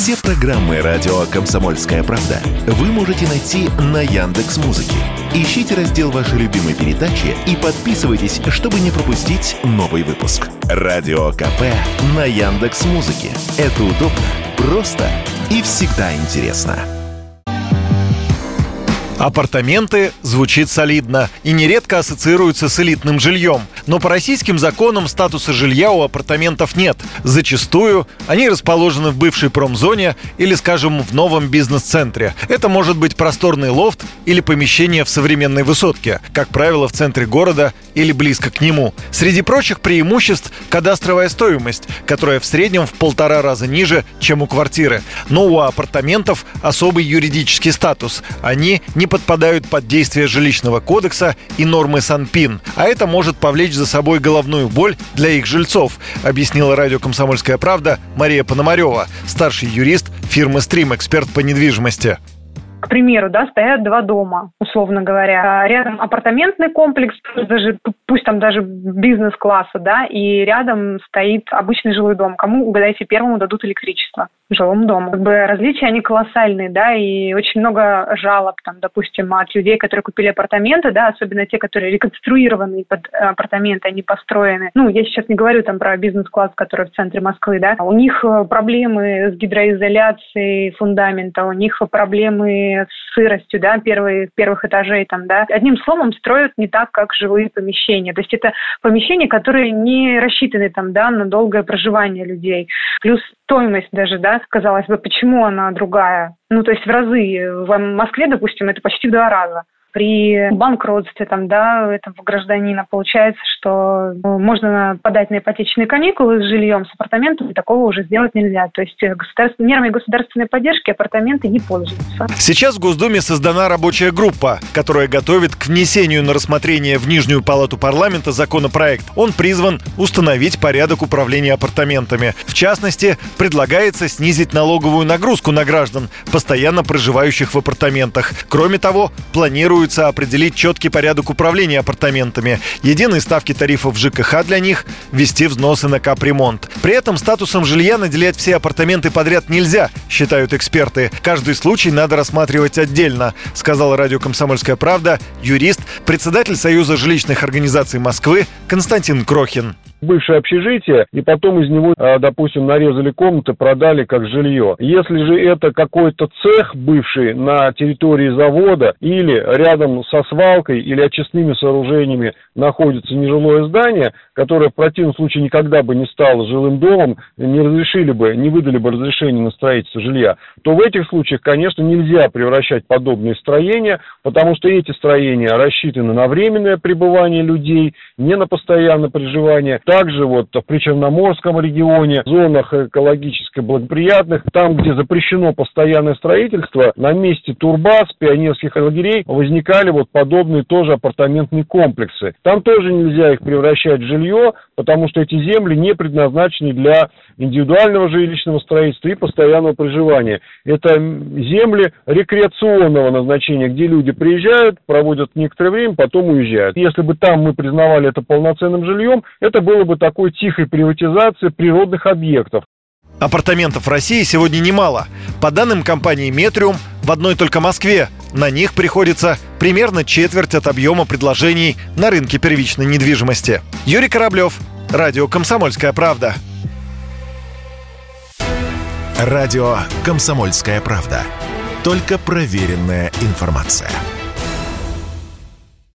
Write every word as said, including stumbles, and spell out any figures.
Все программы радио «Комсомольская правда» вы можете найти на Яндекс.Музыке. Ищите раздел вашей любимой передачи и подписывайтесь, чтобы не пропустить новый выпуск. Радио КП на Яндекс.Музыке. Это удобно, просто и всегда интересно. Апартаменты звучит солидно и нередко ассоциируются с элитным жильем. Но по российским законам статуса жилья у апартаментов нет. Зачастую они расположены в бывшей промзоне или, скажем, в новом бизнес-центре. Это может быть просторный лофт или помещение в современной высотке, как правило, в центре города или близко к нему. Среди прочих преимуществ – кадастровая стоимость, которая в среднем в полтора раза ниже, чем у квартиры. Но у апартаментов особый юридический статус. Они не подпадают под действие жилищного кодекса и нормы Санпин, а это может повлечь за собой головную боль для их жильцов, объяснила радио «Комсомольская правда» Мария Пономарева, старший юрист фирмы «Стрим», эксперт по недвижимости. К примеру, да, стоят два дома, условно говоря. Рядом апартаментный комплекс, даже, пусть там даже бизнес-класса, да, и рядом стоит обычный жилой дом. Кому, угадайте, первому дадут электричество? Жилому дому. Как бы различия, они колоссальные, да, и очень много жалоб, там, допустим, от людей, которые купили апартаменты, да, особенно те, которые реконструированы под апартаменты, они построены. Ну, я сейчас не говорю там про бизнес-класс, который в центре Москвы, да. У них проблемы с гидроизоляцией фундамента, у них проблемы с сыростью, да, первых, первых этажей там, да. Одним словом, строят не так, как жилые помещения. То есть это помещения, которые не рассчитаны там, да, на долгое проживание людей. Плюс стоимость даже, да, казалось бы, почему она другая? Ну, то есть в разы. В Москве, допустим, это почти в два раза. При банкротстве там, да, этого гражданина получается, что можно подать на ипотечные каникулы с жильем, с апартаментом, и такого уже сделать нельзя. То есть государств... мерами государственной поддержки апартаменты не пользуются. Сейчас в Госдуме создана рабочая группа, которая готовит к внесению на рассмотрение в Нижнюю палату парламента законопроект. Он призван установить порядок управления апартаментами. В частности, предлагается снизить налоговую нагрузку на граждан, постоянно проживающих в апартаментах. Кроме того, планируется определить четкий порядок управления апартаментами, единые ставки тарифов ЖКХ для них, ввести взносы на капремонт. При этом статусом жилья наделять все апартаменты подряд нельзя, считают эксперты. Каждый случай надо рассматривать отдельно, сказал радио «Комсомольская правда» юрист, председатель Союза жилищных организаций Москвы Константин Крохин. Бывшее общежитие, и потом из него, допустим, нарезали комнаты, продали как жилье. Если же это какой-то цех бывший на территории завода или рядом со свалкой или очистными сооружениями находится нежилое здание, которое в противном случае никогда бы не стало жилым домом, не разрешили бы, не выдали бы разрешение на строительство жилья, то в этих случаях, конечно, нельзя превращать подобные строения, потому что эти строения рассчитаны на временное пребывание людей, не на постоянное проживание. Также вот в Причерноморском регионе, в зонах экологически благоприятных, там, где запрещено постоянное строительство, на месте турбаз, пионерских лагерей возникали вот подобные тоже апартаментные комплексы. Там тоже нельзя их превращать в жилье, потому что эти земли не предназначены для индивидуального жилищного строительства и постоянного проживания. Это земли рекреационного назначения, где люди приезжают, проводят некоторое время, потом уезжают. Если бы там мы признавали это полноценным жильем, это было бы такой тихой приватизацией природных объектов. Апартаментов в России сегодня немало. По данным компании «Метриум», в одной только Москве на них приходится примерно четверть от объема предложений на рынке первичной недвижимости. Юрий Кораблев, радио «Комсомольская правда». Радио «Комсомольская правда». Только проверенная информация.